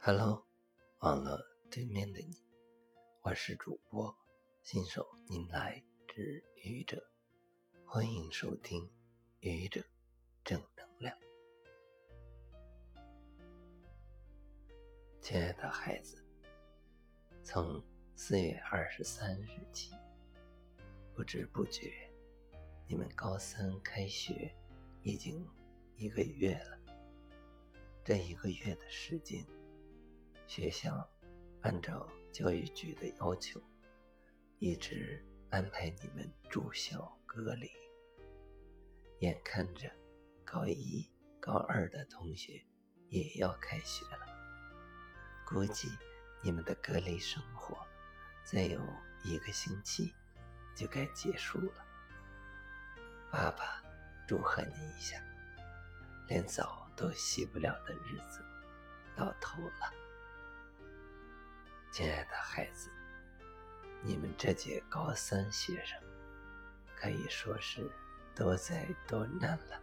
Hello， 网络对面的你，我是主播新手您来之愚者，欢迎收听愚者正能量。亲爱的孩子，从4月23日起，不知不觉你们高3开学已经1个月了。这1个月的时间，学校按照教育局的要求，一直安排你们住校隔离。眼看着高1、高2的同学也要开学了，估计你们的隔离生活再有1个星期就该结束了。爸爸祝贺你一下，连澡都洗不了的日子到头了。亲爱的孩子，你们这届高3学生可以说是多灾多难了。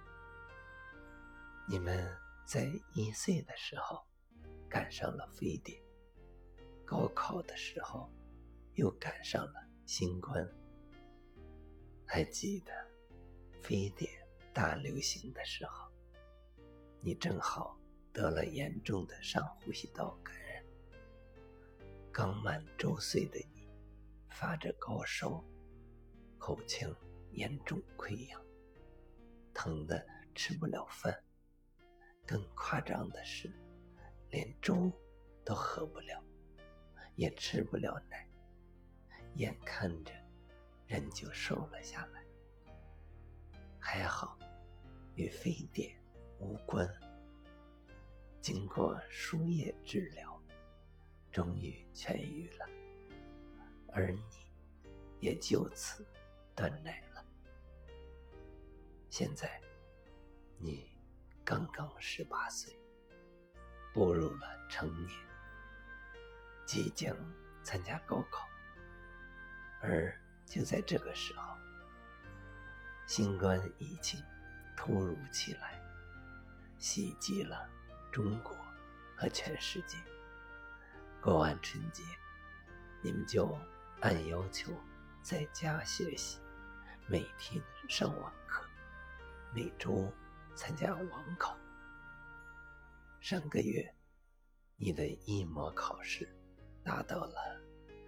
你们在1岁的时候赶上了非典，高考的时候又赶上了新冠。还记得非典大流行的时候，你正好得了严重的上呼吸道感染。刚满周岁的你发着高烧，口腔严重溃疡，疼得吃不了饭，更夸张的是连粥都喝不了，也吃不了奶，眼看着人就瘦了下来。还好与非典无关，经过输液治疗，终于痊愈了，而你也就此断奶了。现在你刚刚18岁，步入了成年，即将参加高考。而就在这个时候，新冠疫情突如其来，袭击了中国和全世界。过完春节，你们就按要求在家学习，每天上网课，每周参加网考。上个月你的一模考试达到了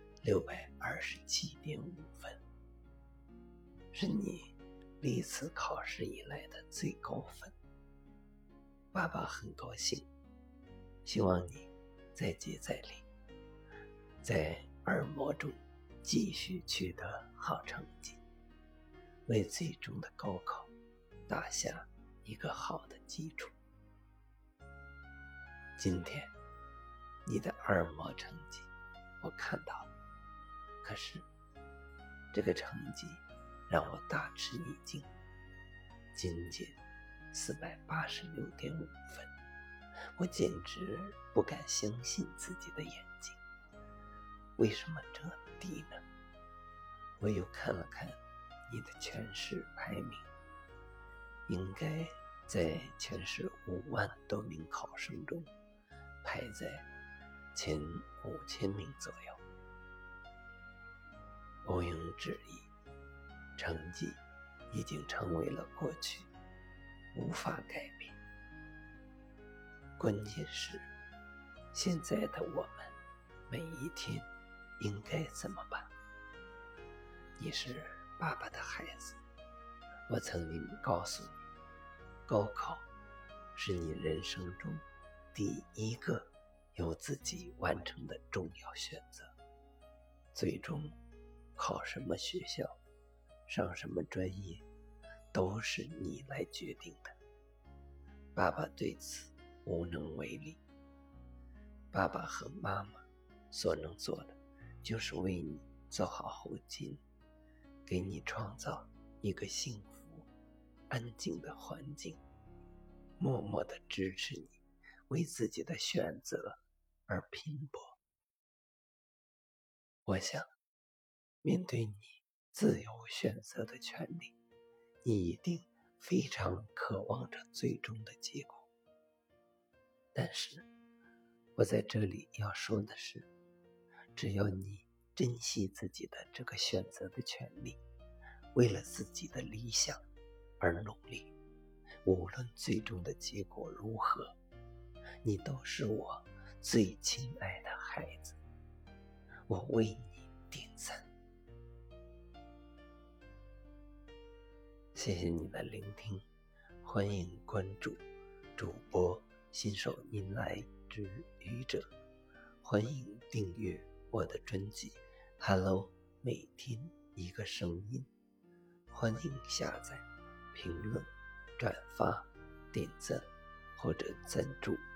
627.5分，是你历次考试以来的最高分。爸爸很高兴，希望你再接再厉，在2模中继续取得好成绩，为最终的高考打下一个好的基础。今天你的2模成绩我看到了，可是这个成绩让我大吃一惊，仅仅486.5分，我简直不敢相信自己的眼睛。为什么这么低呢？我又看了看你的全市排名，应该在全市5万多名考生中排在前5000名左右。毋庸置疑，成绩已经成为了过去，无法改变。关键是现在的我们每一天应该怎么办？你是爸爸的孩子，我曾经告诉你，高考是你人生中第一个由自己完成的重要选择，最终考什么学校，上什么专业，都是你来决定的。爸爸对此无能为力。爸爸和妈妈所能做的，就是为你做好后勤，给你创造一个幸福、安静的环境，默默地支持你为自己的选择而拼搏。我想，面对你自由选择的权利，你一定非常渴望着最终的结果。但是我在这里要说的是，只要你珍惜自己的这个选择的权利，为了自己的理想而努力，无论最终的结果如何，你都是我最亲爱的孩子，我为你点赞。谢谢你的聆听，欢迎关注主播新手您来之愚者，欢迎订阅我的专辑 Hello 每天一个声音，欢迎下载、评论、转发、点赞或者赞助。